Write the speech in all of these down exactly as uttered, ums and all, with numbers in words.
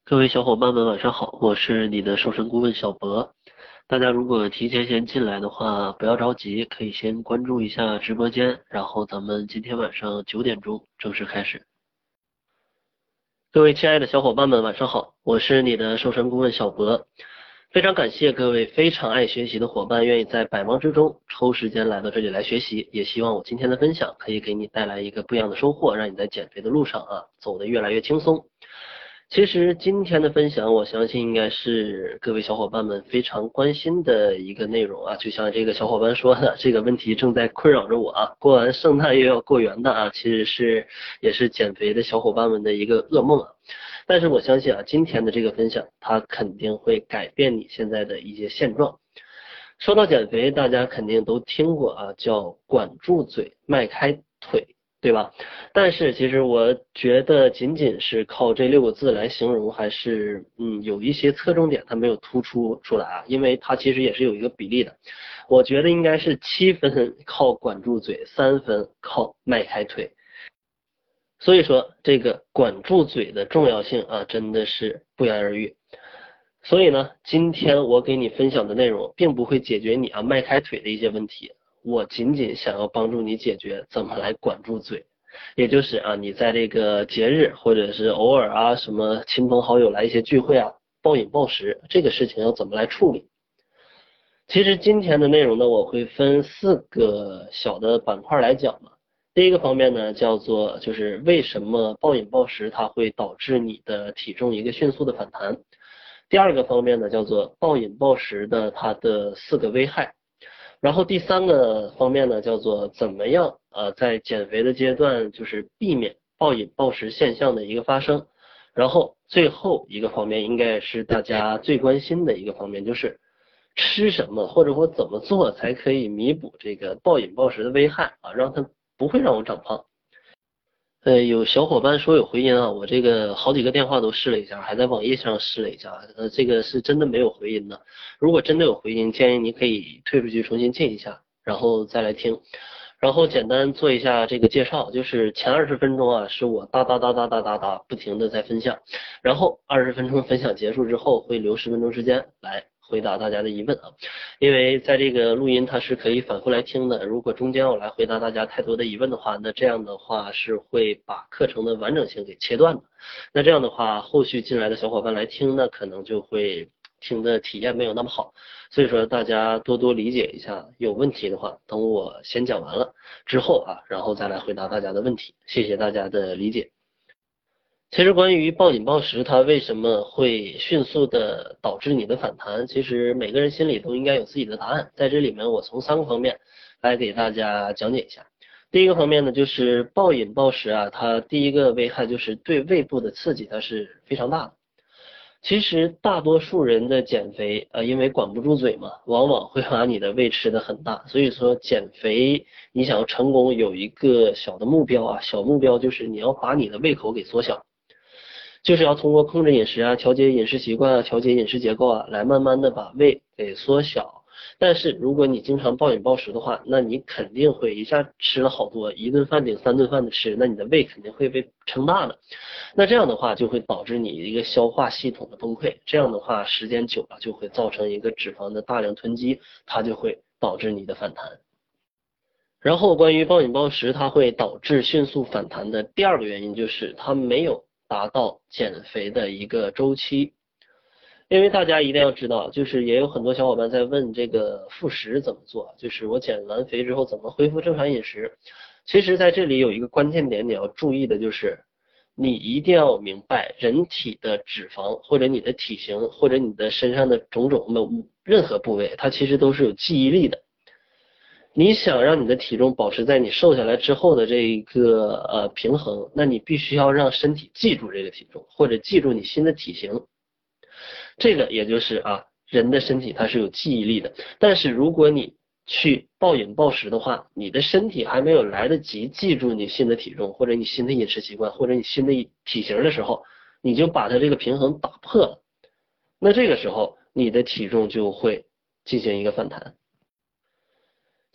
各位小伙伴们，晚上好，我是你的瘦身顾问小博。大家如果提前先进来的话，不要着急，可以先关注一下直播间，然后咱们今天晚上九点钟正式开始。各位亲爱的小伙伴们，晚上好，我是你的瘦身顾问小博。非常感谢各位非常爱学习的伙伴，愿意在百忙之中抽时间来到这里来学习，也希望我今天的分享可以给你带来一个不一样的收获，让你在减肥的路上啊走得越来越轻松。其实今天的分享，我相信应该是各位小伙伴们非常关心的一个内容啊。就像这个小伙伴说的，这个问题正在困扰着我啊。过完圣诞又要过元旦啊，其实是也是减肥的小伙伴们的一个噩梦啊。但是我相信啊，今天的这个分享，它肯定会改变你现在的一些现状。说到减肥，大家肯定都听过啊，叫管住嘴，迈开腿。对吧？但是其实我觉得仅仅是靠这六个字来形容，还是嗯有一些侧重点它没有突出出来啊，因为它其实也是有一个比例的。我觉得应该是七分靠管住嘴，三分靠迈开腿。所以说这个管住嘴的重要性啊，真的是不言而喻。所以呢，今天我给你分享的内容，并不会解决你啊迈开腿的一些问题。我仅仅想要帮助你解决怎么来管住嘴，也就是啊，你在这个节日或者是偶尔啊，什么亲朋好友来一些聚会啊，暴饮暴食这个事情要怎么来处理？其实今天的内容呢，我会分四个小的板块来讲嘛。第一个方面呢，叫做就是为什么暴饮暴食它会导致你的体重一个迅速的反弹。第二个方面呢，叫做暴饮暴食的它的四个危害。然后第三个方面呢，叫做怎么样呃在减肥的阶段就是避免暴饮暴食现象的一个发生。然后最后一个方面应该是大家最关心的一个方面，就是吃什么或者我怎么做才可以弥补这个暴饮暴食的危害啊，让它不会让我长胖。呃，有小伙伴说有回音啊，我这个好几个电话都试了一下，还在网页上试了一下，呃，这个是真的没有回音的。如果真的有回音，建议你可以退出去重新进一下，然后再来听。然后简单做一下这个介绍，就是前二十分钟啊，是我哒哒哒哒哒哒哒不停的在分享，然后二十分钟分享结束之后，会留十分钟时间来回答大家的疑问啊。因为在这个录音它是可以反复来听的，如果中间我来回答大家太多的疑问的话，那这样的话是会把课程的完整性给切断的。那这样的话，后续进来的小伙伴来听呢，可能就会听的体验没有那么好。所以说大家多多理解一下，有问题的话，等我先讲完了之后啊，然后再来回答大家的问题。谢谢大家的理解。其实关于暴饮暴食，它为什么会迅速的导致你的反弹？其实每个人心里都应该有自己的答案。在这里面，我从三个方面来给大家讲解一下。第一个方面呢，就是暴饮暴食啊，它第一个危害就是对胃部的刺激，它是非常大的。其实大多数人的减肥，呃，因为管不住嘴嘛，往往会把你的胃吃的很大。所以说减肥你想要成功，有一个小的目标啊，小目标就是你要把你的胃口给缩小。就是要通过控制饮食啊，调节饮食习惯啊，调节饮食结构啊，来慢慢的把胃给缩小。但是如果你经常暴饮暴食的话，那你肯定会一下吃了好多，一顿饭顶三顿饭的吃，那你的胃肯定会被撑大的。那这样的话就会导致你一个消化系统的崩溃，这样的话时间久了就会造成一个脂肪的大量囤积，它就会导致你的反弹。然后关于暴饮暴食，它会导致迅速反弹的第二个原因就是它没有达到减肥的一个周期。因为大家一定要知道，就是也有很多小伙伴在问这个复食怎么做，就是我减完肥之后怎么恢复正常饮食。其实在这里有一个关键点你要注意的就是，你一定要明白人体的脂肪或者你的体型或者你的身上的种种的任何部位，它其实都是有记忆力的。你想让你的体重保持在你瘦下来之后的这一个呃平衡，那你必须要让身体记住这个体重，或者记住你新的体型。这个也就是啊，人的身体它是有记忆力的。但是如果你去暴饮暴食的话，你的身体还没有来得及记住你新的体重，或者你新的饮食习惯，或者你新的体型的时候，你就把它这个平衡打破了。那这个时候你的体重就会进行一个反弹。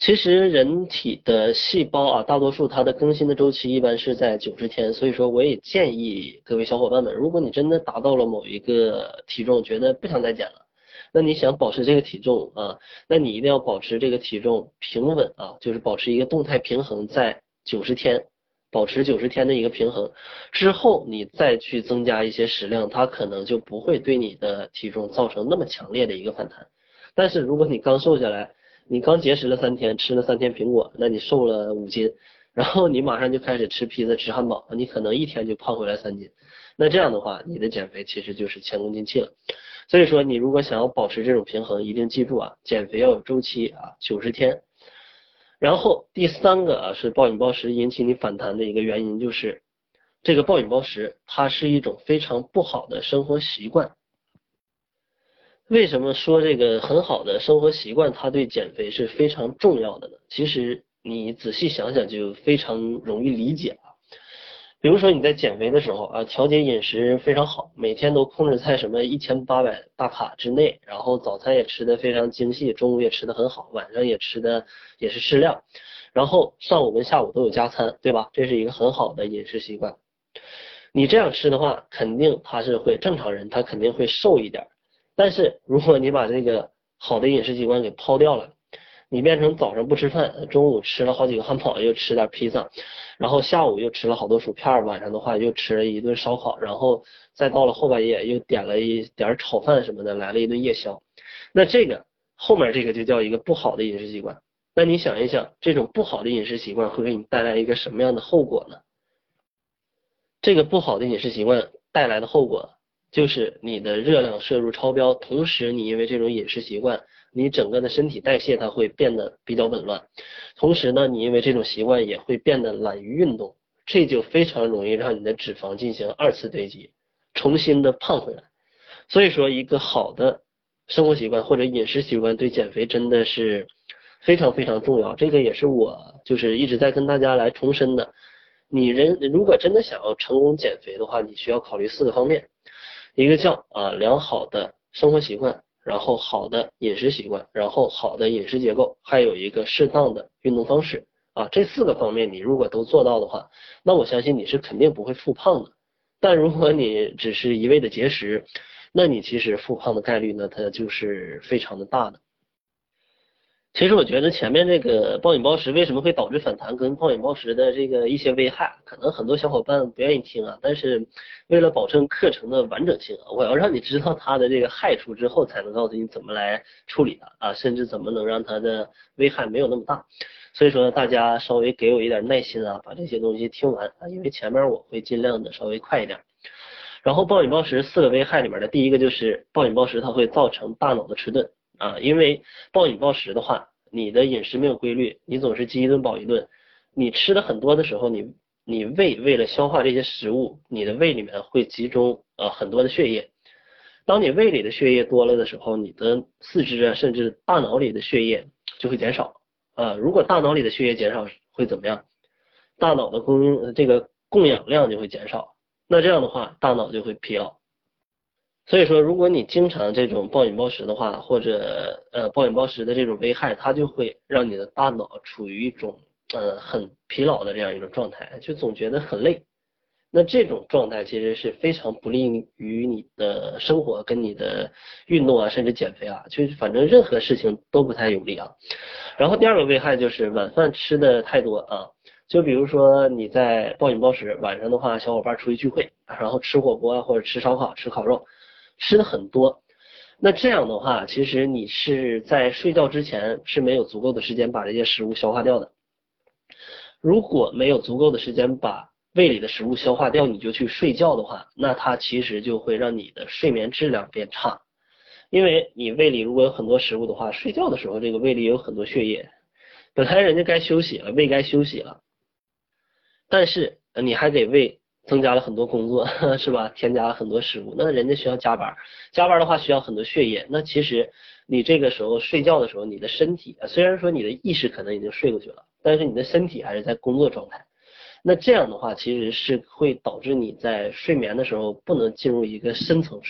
其实人体的细胞啊，大多数它的更新的周期一般是在九十天，所以说我也建议各位小伙伴们，如果你真的达到了某一个体重，觉得不想再减了，那你想保持这个体重啊，那你一定要保持这个体重平稳啊，就是保持一个动态平衡在九十天，保持九十天的一个平衡，之后你再去增加一些食量，它可能就不会对你的体重造成那么强烈的一个反弹。但是如果你刚瘦下来，你刚节食了三天，吃了三天苹果，那你瘦了五斤，然后你马上就开始吃披萨、吃汉堡，你可能一天就胖回来三斤。那这样的话，你的减肥其实就是前功尽弃了。所以说，你如果想要保持这种平衡，一定记住啊，减肥要有周期啊，九十天。然后第三个啊，是暴饮暴食引起你反弹的一个原因，就是这个暴饮暴食，它是一种非常不好的生活习惯。为什么说这个很好的生活习惯它对减肥是非常重要的呢？其实你仔细想想就非常容易理解了。比如说你在减肥的时候啊，调节饮食非常好，每天都控制在什么一千八百大卡之内，然后早餐也吃得非常精细，中午也吃得很好，晚上也吃的也是适量，然后上午跟下午都有加餐，对吧？这是一个很好的饮食习惯。你这样吃的话，肯定他是会正常人，他肯定会瘦一点。但是如果你把这个好的饮食习惯给抛掉了，你变成早上不吃饭，中午吃了好几个汉堡，又吃点披萨，然后下午又吃了好多薯片，晚上的话又吃了一顿烧烤，然后再到了后半夜又点了一点炒饭什么的，来了一顿夜宵。那这个后面这个就叫一个不好的饮食习惯。那你想一想，这种不好的饮食习惯会给你带来一个什么样的后果呢？这个不好的饮食习惯带来的后果就是你的热量摄入超标，同时你因为这种饮食习惯，你整个的身体代谢它会变得比较紊乱，同时呢，你因为这种习惯也会变得懒于运动，这就非常容易让你的脂肪进行二次堆积，重新的胖回来。所以说，一个好的生活习惯或者饮食习惯对减肥真的是非常非常重要，这个也是我就是一直在跟大家来重申的。你人如果真的想要成功减肥的话，你需要考虑四个方面，一个叫啊良好的生活习惯，然后好的饮食习惯，然后好的饮食结构，还有一个适当的运动方式啊，这四个方面你如果都做到的话，那我相信你是肯定不会复胖的。但如果你只是一味的节食，那你其实复胖的概率呢，它就是非常的大的。其实我觉得前面这个暴饮暴食为什么会导致反弹，跟暴饮暴食的这个一些危害，可能很多小伙伴不愿意听啊。但是为了保证课程的完整性啊，我要让你知道它的这个害处之后，才能告诉你怎么来处理它啊，甚至怎么能让它的危害没有那么大。所以说大家稍微给我一点耐心啊，把这些东西听完啊，因为前面我会尽量的稍微快一点。然后暴饮暴食四个危害里面的第一个就是暴饮暴食，它会造成大脑的迟钝啊，因为暴饮暴食的话，你的饮食没有规律，你总是饥一顿饱一顿，你吃的很多的时候，你你胃为了消化这些食物，你的胃里面会集中呃很多的血液，当你胃里的血液多了的时候，你的四肢啊甚至大脑里的血液就会减少啊，如果大脑里的血液减少会怎么样？大脑的供这个供氧量就会减少。那这样的话，大脑就会疲劳。所以说，如果你经常这种暴饮暴食的话，或者呃暴饮暴食的这种危害，它就会让你的大脑处于一种呃很疲劳的这样一种状态，就总觉得很累。那这种状态其实是非常不利于你的生活跟你的运动啊，甚至减肥啊，就是反正任何事情都不太有利啊。然后第二个危害就是晚饭吃的太多啊。就比如说你在暴饮暴食，晚上的话小伙伴出去聚会，然后吃火锅啊或者吃烧烤、吃烤肉，吃的很多。那这样的话，其实你是在睡觉之前是没有足够的时间把这些食物消化掉的。如果没有足够的时间把胃里的食物消化掉，你就去睡觉的话，那它其实就会让你的睡眠质量变差。因为你胃里如果有很多食物的话，睡觉的时候这个胃里有很多血液，本来人家该休息了，胃该休息了。但是你还给胃增加了很多工作，是吧？添加了很多食物，那人家需要加班，加班的话需要很多血液。那其实你这个时候睡觉的时候，你的身体虽然说你的意识可能已经睡过去了，但是你的身体还是在工作状态。那这样的话，其实是会导致你在睡眠的时候不能进入一个深层睡眠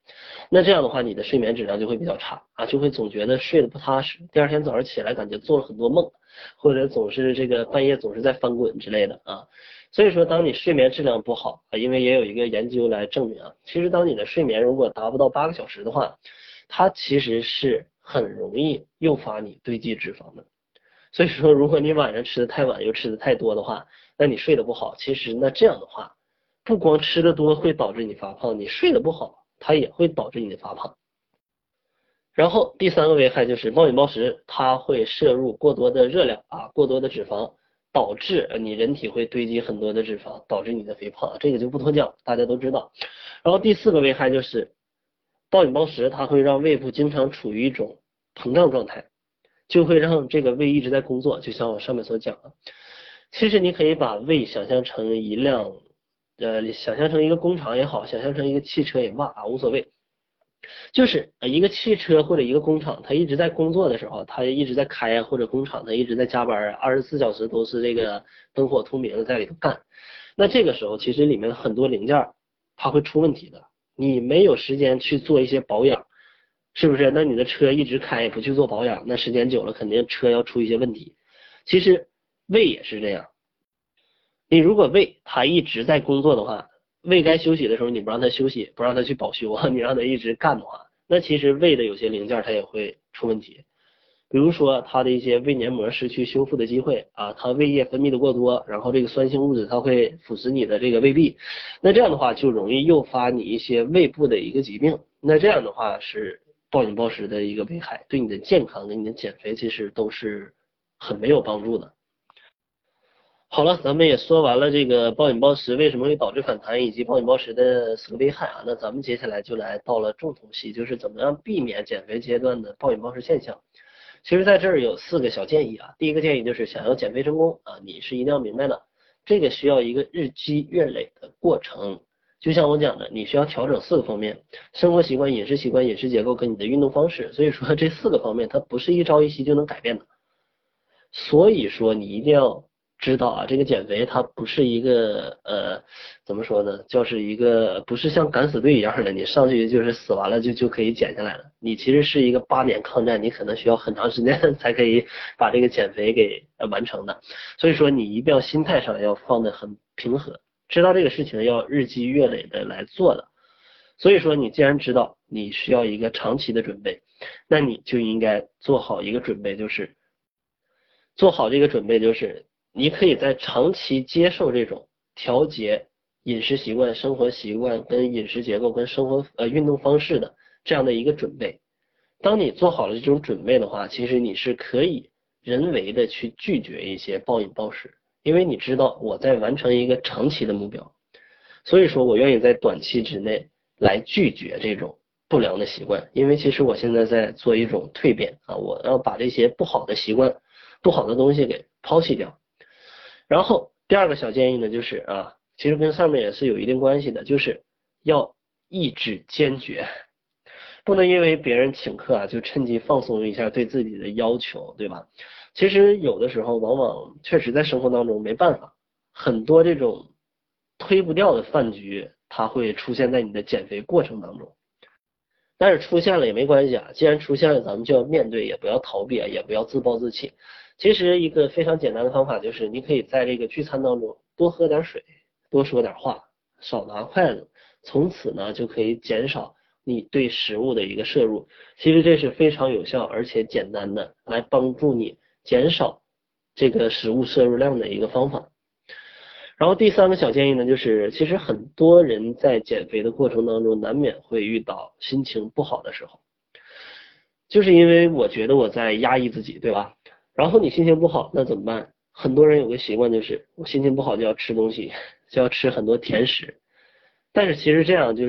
那这样的话，你的睡眠质量就会比较差啊，就会总觉得睡得不踏实，第二天早上起来感觉做了很多梦，或者总是这个半夜总是在翻滚之类的啊。所以说，当你睡眠质量不好啊，因为也有一个研究来证明啊，其实当你的睡眠如果达不到八个小时的话，它其实是很容易诱发你堆积脂肪的。所以说，如果你晚上吃的太晚又吃的太多的话，那你睡得不好，其实那这样的话，不光吃的多会导致你发胖，你睡得不好，它也会导致你的发胖。然后第三个危害就是暴饮暴食，它会摄入过多的热量啊，过多的脂肪，导致你人体会堆积很多的脂肪，导致你的肥胖，这个就不多讲，大家都知道。然后第四个危害就是暴饮暴食，它会让胃部经常处于一种膨胀状态，就会让这个胃一直在工作，就像我上面所讲的。其实你可以把胃想象成一辆，呃，想象成一个工厂也好，想象成一个汽车也罢啊，无所谓。就是呃一个汽车或者一个工厂，它一直在工作的时候，它一直在开啊，或者工厂它一直在加班啊，二十四小时都是这个灯火通明的在里头干。那这个时候，其实里面很多零件它会出问题的，你没有时间去做一些保养，是不是？那你的车一直开不去做保养，那时间久了肯定车要出一些问题。其实胃也是这样，你如果胃它一直在工作的话，胃该休息的时候你不让它休息，不让它去保休啊，你让它一直干的话，那其实胃的有些零件它也会出问题。比如说它的一些胃黏膜失去修复的机会啊，它胃液分泌的过多，然后这个酸性物质它会腐蚀你的这个胃壁，那这样的话就容易诱发你一些胃部的一个疾病，那这样的话是暴饮暴食的一个危害，对你的健康跟你的减肥其实都是很没有帮助的。好了，咱们也说完了这个暴饮暴食为什么会导致反弹，以及暴饮暴食的四个危害啊。那咱们接下来就来到了重头戏，就是怎么样避免减肥阶段的暴饮暴食现象。其实在这儿有四个小建议啊。第一个建议就是想要减肥成功啊，你是一定要明白的，这个需要一个日积月累的过程。就像我讲的，你需要调整四个方面：生活习惯、饮食习惯、饮食结构跟你的运动方式。所以说这四个方面它不是一朝一夕就能改变的。所以说你一定要知道啊，这个减肥它不是一个呃怎么说呢，就是一个不是像敢死队一样的，你上去就是死完了就就可以减下来了。你其实是一个八年抗战，你可能需要很长时间才可以把这个减肥给呃完成的。所以说你一定要心态上要放得很平和，知道这个事情要日积月累的来做的。所以说你既然知道你需要一个长期的准备，那你就应该做好一个准备，就是做好这个准备，就是你可以在长期接受这种调节饮食习惯、生活习惯跟饮食结构跟生活呃运动方式的这样的一个准备。当你做好了这种准备的话，其实你是可以人为的去拒绝一些暴饮暴食，因为你知道我在完成一个长期的目标，所以说我愿意在短期之内来拒绝这种不良的习惯，因为其实我现在在做一种蜕变啊，我要把这些不好的习惯、不好的东西给抛弃掉。然后第二个小建议呢，就是啊，其实跟上面也是有一定关系的，就是要意志坚决，不能因为别人请客啊，就趁机放松一下对自己的要求，对吧？其实有的时候往往确实在生活当中没办法，很多这种推不掉的饭局，它会出现在你的减肥过程当中。但是出现了也没关系啊，既然出现了，咱们就要面对，也不要逃避啊，也不要自暴自弃。其实一个非常简单的方法就是，你可以在这个聚餐当中多喝点水，多说点话，少拿筷子，从此呢就可以减少你对食物的一个摄入。其实这是非常有效而且简单的，来帮助你减少这个食物摄入量的一个方法。然后第三个小建议呢，就是其实很多人在减肥的过程当中，难免会遇到心情不好的时候，就是因为我觉得我在压抑自己，对吧？然后你心情不好，那怎么办？很多人有个习惯，就是我心情不好就要吃东西，就要吃很多甜食。但是其实这样就是，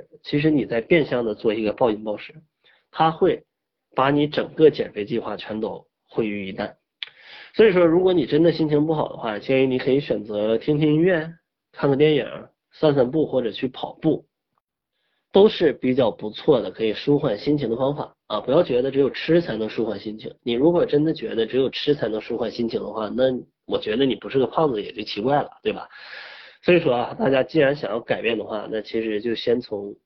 其实你在变相的做一个暴饮暴食，它会把你整个减肥计划全都毁于一旦。所以说，如果你真的心情不好的话，建议你可以选择听听音乐、看个电影、散散步或者去跑步，都是比较不错的可以舒缓心情的方法啊！不要觉得只有吃才能舒缓心情，你如果真的觉得只有吃才能舒缓心情的话，那我觉得你不是个胖子也就奇怪了，对吧？所以说啊，大家既然想要改变的话，那其实就先从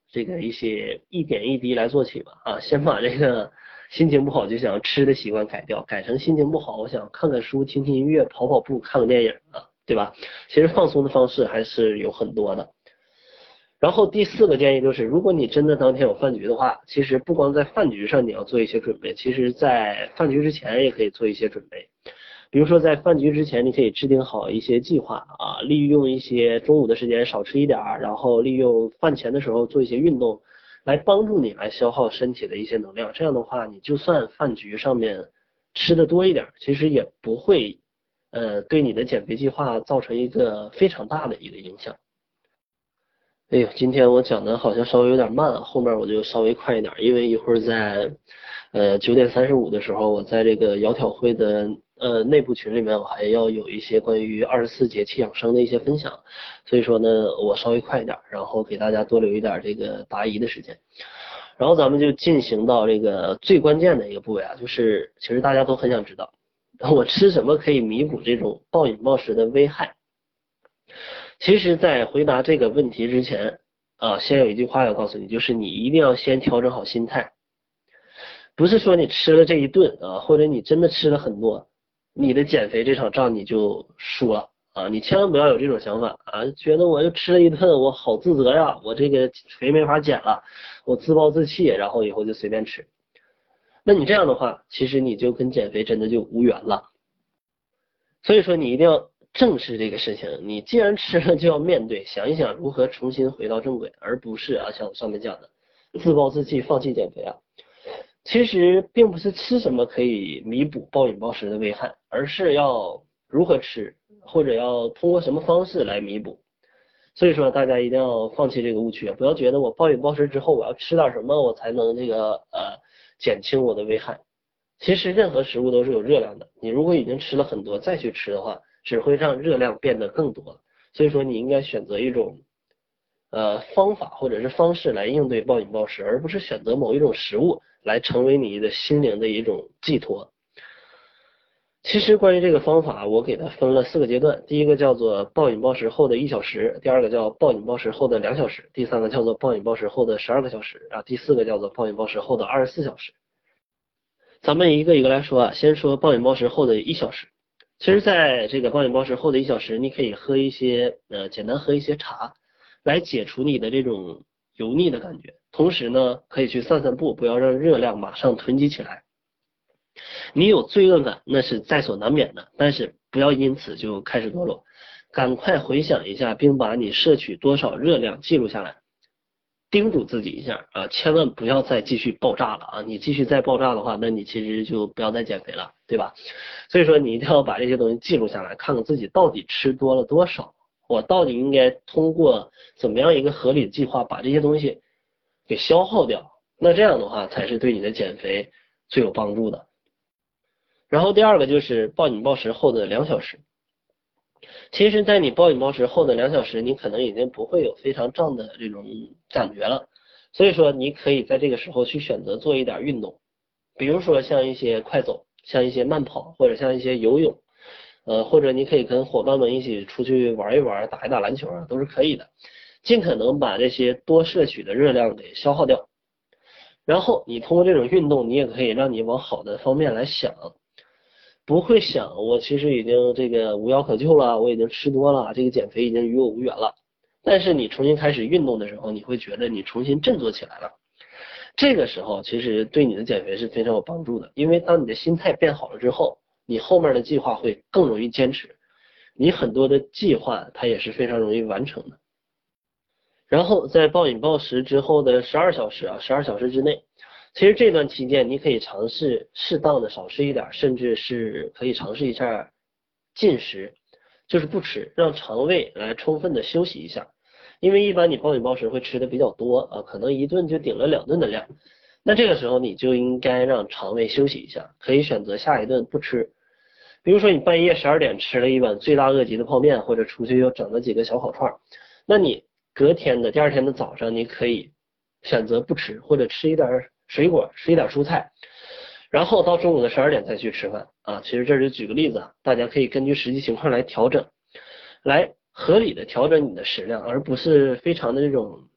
这个一些一点一滴来做起吧啊，先把这个心情不好就想吃的习惯改掉，改成心情不好我想看看书、听听音乐、跑跑步、看个电影啊，对吧？其实放松的方式还是有很多的。然后第四个建议就是，如果你真的当天有饭局的话，其实不光在饭局上你要做一些准备，其实在饭局之前也可以做一些准备。比如说在饭局之前，你可以制定好一些计划啊，利用一些中午的时间少吃一点儿，然后利用饭前的时候做一些运动，来帮助你来消耗身体的一些能量。这样的话，你就算饭局上面吃的多一点，其实也不会呃对你的减肥计划造成一个非常大的一个影响。哎呦，今天我讲的好像稍微有点慢啊，后面我就稍微快一点，因为一会儿在呃九点三十五的时候，我在这个窈窕会的呃内部群里面，我还要有一些关于二十四节气养生的一些分享，所以说呢，我稍微快一点，然后给大家多留一点这个答疑的时间，然后咱们就进行到这个最关键的一个部位啊，就是其实大家都很想知道，我吃什么可以弥补这种暴饮暴食的危害。其实，在回答这个问题之前啊，先有一句话要告诉你，就是你一定要先调整好心态，不是说你吃了这一顿啊，或者你真的吃了很多，你的减肥这场仗你就输了啊！你千万不要有这种想法啊，觉得我就吃了一顿，我好自责呀，我这个肥没法减了，我自暴自弃，然后以后就随便吃。那你这样的话，其实你就跟减肥真的就无缘了。所以说你一定要正视这个事情，你既然吃了就要面对，想一想如何重新回到正轨，而不是啊像我上面讲的自暴自弃放弃减肥啊。其实并不是吃什么可以弥补暴饮暴食的危害，而是要如何吃，或者要通过什么方式来弥补。所以说大家一定要放弃这个误区，不要觉得我暴饮暴食之后我要吃点什么我才能这个呃减轻我的危害。其实任何食物都是有热量的，你如果已经吃了很多再去吃的话，只会让热量变得更多。所以说你应该选择一种呃方法或者是方式来应对暴饮暴食，而不是选择某一种食物来成为你的心灵的一种寄托。其实关于这个方法，我给它分了四个阶段，第一个叫做暴饮暴食后的一小时，第二个叫暴饮暴食后的两小时，第三个叫做暴饮暴食后的十二个小时，啊，第四个叫做暴饮暴食后的二十四小时。咱们一个一个来说啊，先说暴饮暴食后的一小时。其实在这个暴饮暴食后的一小时，你可以喝一些呃简单喝一些茶，来解除你的这种油腻的感觉。同时呢，可以去散散步，不要让热量马上囤积起来。你有罪恶感那是在所难免的，但是不要因此就开始堕落，赶快回想一下，并把你摄取多少热量记录下来。叮嘱自己一下啊，千万不要再继续爆炸了啊！你继续再爆炸的话，那你其实就不要再减肥了，对吧？所以说你一定要把这些东西记录下来，看看自己到底吃多了多少，我到底应该通过怎么样一个合理的计划把这些东西给消耗掉，那这样的话才是对你的减肥最有帮助的。然后第二个就是暴饮暴食后的两小时。其实在你暴饮暴食后的两小时，你可能已经不会有非常胀的这种感觉了，所以说你可以在这个时候去选择做一点运动，比如说像一些快走，像一些慢跑，或者像一些游泳，呃，或者你可以跟伙伴们一起出去玩一玩，打一打篮球啊，都是可以的，尽可能把这些多摄取的热量给消耗掉。然后你通过这种运动，你也可以让你往好的方面来想。不会想我其实已经这个无药可救了，我已经吃多了，这个减肥已经与我无缘了。但是你重新开始运动的时候，你会觉得你重新振作起来了。这个时候其实对你的减肥是非常有帮助的，因为当你的心态变好了之后，你后面的计划会更容易坚持，你很多的计划它也是非常容易完成的。然后在暴饮暴食之后的十二小时啊，十二小时之内。其实这段期间你可以尝试适当的少吃一点，甚至是可以尝试一下禁食，就是不吃，让肠胃来充分的休息一下。因为一般你暴饮暴食会吃的比较多啊，可能一顿就顶了两顿的量，那这个时候你就应该让肠胃休息一下，可以选择下一顿不吃。比如说你半夜十二点吃了一碗罪大恶极的泡面，或者出去又整了几个小烤串，那你隔天的第二天的早上你可以选择不吃，或者吃一点水果，吃一点蔬菜，然后到中午的十二点再去吃饭啊。其实这是举个例子，大家可以根据实际情况来调整，来合理的调整你的食量，而不是非常的这种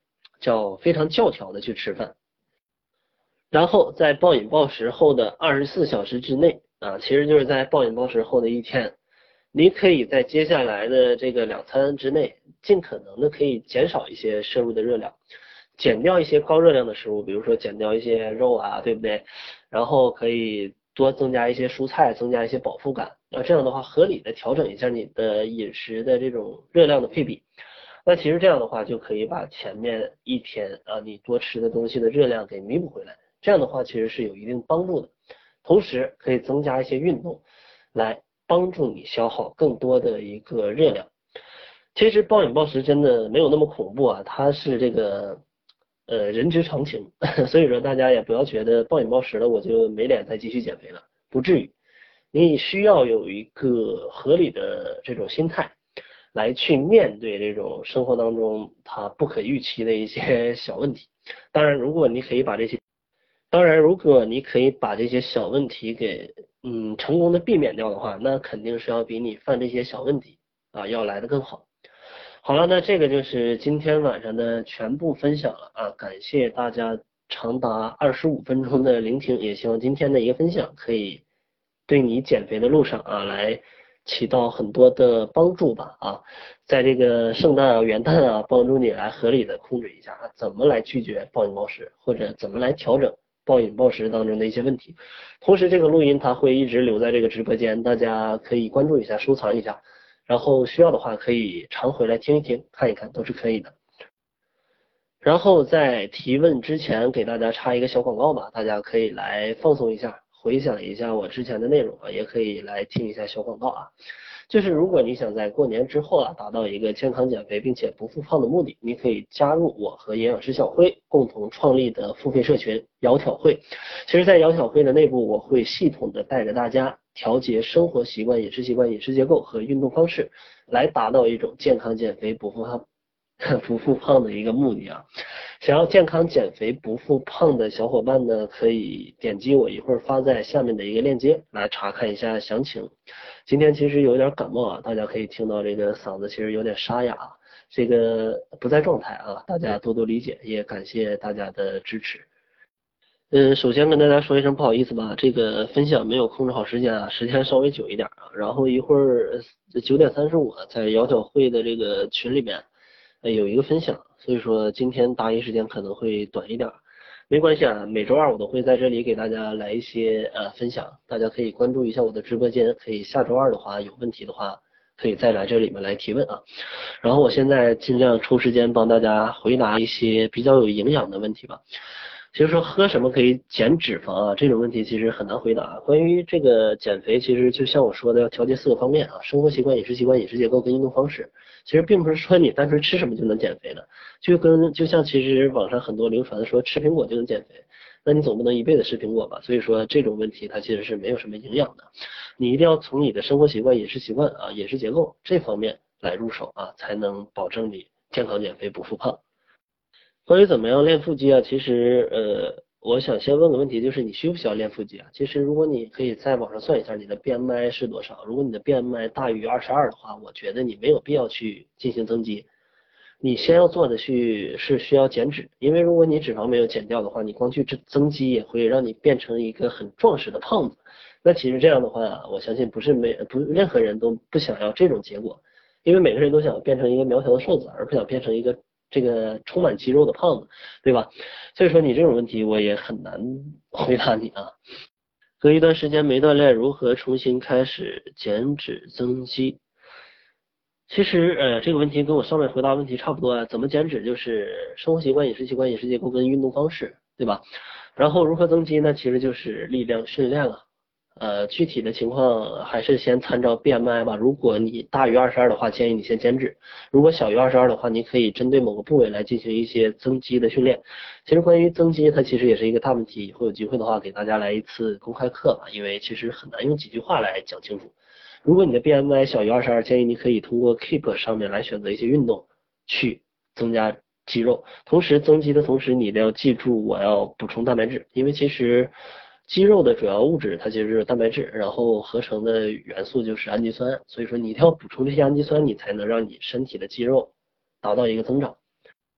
叫非常教条的去吃饭。然后在暴饮暴食后的二十四小时之内啊，其实就是在暴饮暴食后的一天，你可以在接下来的这个两餐之内，尽可能的可以减少一些摄入的热量，减掉一些高热量的食物，比如说减掉一些肉啊，对不对？然后可以多增加一些蔬菜，增加一些饱腹感，啊，这样的话合理的调整一下你的饮食的这种热量的配比。那其实这样的话就可以把前面一天啊你多吃的东西的热量给弥补回来，这样的话其实是有一定帮助的。同时可以增加一些运动，来帮助你消耗更多的一个热量。其实暴饮暴食真的没有那么恐怖啊，它是这个呃人之常情，所以说大家也不要觉得暴饮暴食了我就没脸再继续减肥了，不至于。你需要有一个合理的这种心态，来去面对这种生活当中它不可预期的一些小问题。当然，如果你可以把这些，当然如果你可以把这些小问题给嗯成功的避免掉的话，那肯定是要比你犯这些小问题啊要来的更好。好了，那这个就是今天晚上的全部分享了啊，感谢大家长达二十五分钟的聆听，也希望今天的一个分享可以对你减肥的路上啊来起到很多的帮助吧啊，在这个圣诞啊、元旦啊，帮助你来合理的控制一下啊，怎么来拒绝暴饮暴食，或者怎么来调整暴饮暴食当中的一些问题。同时，这个录音它会一直留在这个直播间，大家可以关注一下、收藏一下。然后需要的话可以常回来听一听看一看都是可以的。然后在提问之前给大家插一个小广告吧，大家可以来放松一下，回想一下我之前的内容啊，也可以来听一下小广告啊。就是如果你想在过年之后啊达到一个健康减肥并且不复胖的目的，你可以加入我和营养师小辉共同创立的付费社群窈窕会。其实在窈窕会的内部，我会系统的带着大家调节生活习惯、饮食习惯、饮食结构和运动方式，来达到一种健康减肥不复胖不复胖的一个目的啊。想要健康减肥不复胖的小伙伴呢，可以点击我一会儿发在下面的一个链接来查看一下详情。今天其实有点感冒啊，大家可以听到这个嗓子其实有点沙哑，这个不在状态啊，大家多多理解，也感谢大家的支持。嗯，首先跟大家说一声不好意思吧，这个分享没有控制好时间啊，时间稍微久一点啊，然后一会儿九点三十五在窈窕会的这个群里面呃有一个分享，所以说今天答疑时间可能会短一点，没关系啊，每周二我都会在这里给大家来一些呃分享，大家可以关注一下我的直播间，可以下周二的话有问题的话可以再来这里面来提问啊，然后我现在尽量抽时间帮大家回答一些比较有营养的问题吧。其实说喝什么可以减脂肪啊，这种问题其实很难回答。关于这个减肥，其实就像我说的，要调节四个方面啊，生活习惯、饮食习惯、饮食结构跟运动方式。其实并不是说你单纯吃什么就能减肥的，就跟就像其实网上很多流传的说吃苹果就能减肥，那你总不能一辈子吃苹果吧？所以说这种问题它其实是没有什么营养的，你一定要从你的生活习惯、饮食习惯啊、饮食结构这方面来入手啊，才能保证你健康减肥不复胖。关于怎么样练腹肌啊，其实呃，我想先问个问题，就是你需不需要练腹肌啊？其实如果你可以在网上算一下你的 B M I 是多少，如果你的 B M I 大于二十二的话，我觉得你没有必要去进行增肌。你先要做的去是需要减脂，因为如果你脂肪没有减掉的话，你光去增增肌也会让你变成一个很壮实的胖子。那其实这样的话，我相信不是没不任何人都不想要这种结果，因为每个人都想变成一个苗条的瘦子，而不想变成一个这个充满肌肉的胖子，对吧？所以说你这种问题我也很难回答你啊。隔一段时间没锻炼，如何重新开始减脂增肌？其实呃这个问题跟我上面回答问题差不多啊，怎么减脂就是生活习惯、饮食习惯、饮食结构跟运动方式，对吧？然后如何增肌呢？其实就是力量训练了。呃，具体的情况还是先参照 B M I 吧。如果你大于二十二的话，建议你先减脂；如果小于二十二的话，你可以针对某个部位来进行一些增肌的训练。其实关于增肌，它其实也是一个大问题，以后有机会的话给大家来一次公开课吧，因为其实很难用几句话来讲清楚。如果你的 B M I 小于二十二，建议你可以通过 Keep 上面来选择一些运动去增加肌肉。同时增肌的同时，你一定要记住我要补充蛋白质，因为其实肌肉的主要物质它其实是蛋白质，然后合成的元素就是氨基酸，所以说你一定要补充这些氨基酸，你才能让你身体的肌肉达到一个增长。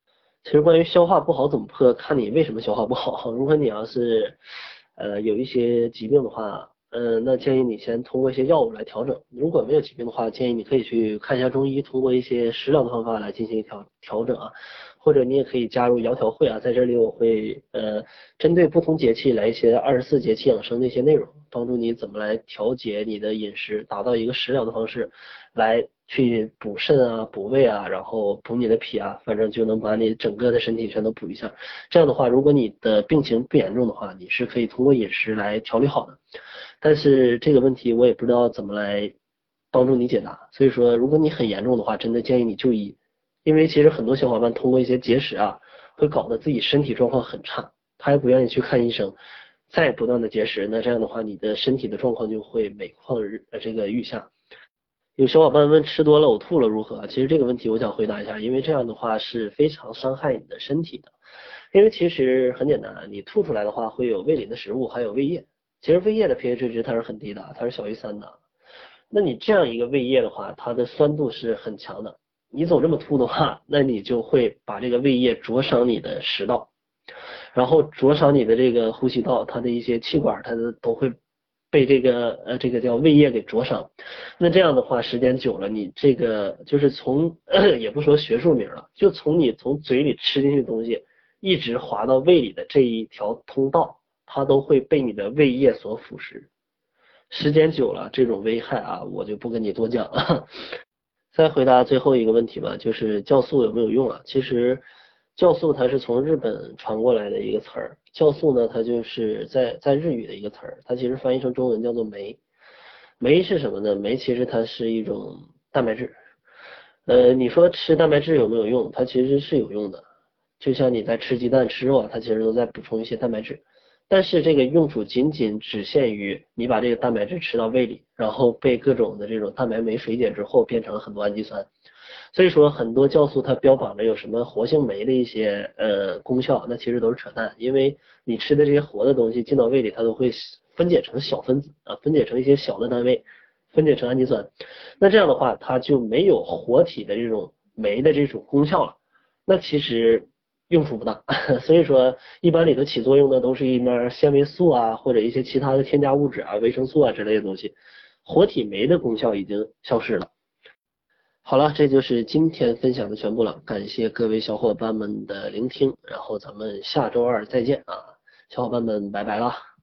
其实关于消化不好怎么破，看你为什么消化不好。如果你要是呃有一些疾病的话，呃，那建议你先通过一些药物来调整。如果没有疾病的话，建议你可以去看一下中医，通过一些食疗的方法来进行调调整啊。或者你也可以加入窈窕会啊，在这里我会呃针对不同节气来一些二十四节气养生的一些内容，帮助你怎么来调节你的饮食，达到一个食疗的方式，来去补肾啊、补胃啊，然后补你的脾啊，反正就能把你整个的身体全都补一下。这样的话，如果你的病情不严重的话，你是可以通过饮食来调理好的。但是这个问题我也不知道怎么来帮助你解答，所以说如果你很严重的话，真的建议你就医。因为其实很多小伙伴通过一些节食啊，会搞得自己身体状况很差，他也不愿意去看医生，再不断的节食，那这样的话，你的身体的状况就会每况日呃这个愈下。有小伙伴问吃多了呕吐了如何？其实这个问题我想回答一下，因为这样的话是非常伤害你的身体的。因为其实很简单，你吐出来的话会有胃里的食物，还有胃液。其实胃液的 pH 值它是很低的，它是小于三的。那你这样一个胃液的话，它的酸度是很强的。你总这么吐的话，那你就会把这个胃液灼伤你的食道，然后灼伤你的这个呼吸道，它的一些气管，它的都会被这个呃这个叫胃液给灼伤。那这样的话，时间久了，你这个就是从也不说学术名了，就从你从嘴里吃进去的东西，一直滑到胃里的这一条通道，它都会被你的胃液所腐蚀。时间久了，这种危害啊，我就不跟你多讲了。再回答最后一个问题吧，就是酵素有没有用啊？其实酵素它是从日本传过来的一个词儿，酵素呢，它就是在在日语的一个词儿，它其实翻译成中文叫做酶。酶是什么呢？酶其实它是一种蛋白质。呃，你说吃蛋白质有没有用？它其实是有用的，就像你在吃鸡蛋、吃肉啊，它其实都在补充一些蛋白质。但是这个用处仅仅只限于你把这个蛋白质吃到胃里，然后被各种的这种蛋白酶水解之后变成很多氨基酸。所以说很多酵素它标榜着有什么活性酶的一些呃功效，那其实都是扯淡，因为你吃的这些活的东西进到胃里，它都会分解成小分子啊，分解成一些小的单位，分解成氨基酸。那这样的话，它就没有活体的这种酶的这种功效了。那其实用处不大，所以说一般里头起作用的都是一面纤维素啊，或者一些其他的添加物质啊、维生素啊之类的东西，活体酶的功效已经消失了。好了，这就是今天分享的全部了，感谢各位小伙伴们的聆听，然后咱们下周二再见啊，小伙伴们拜拜啦。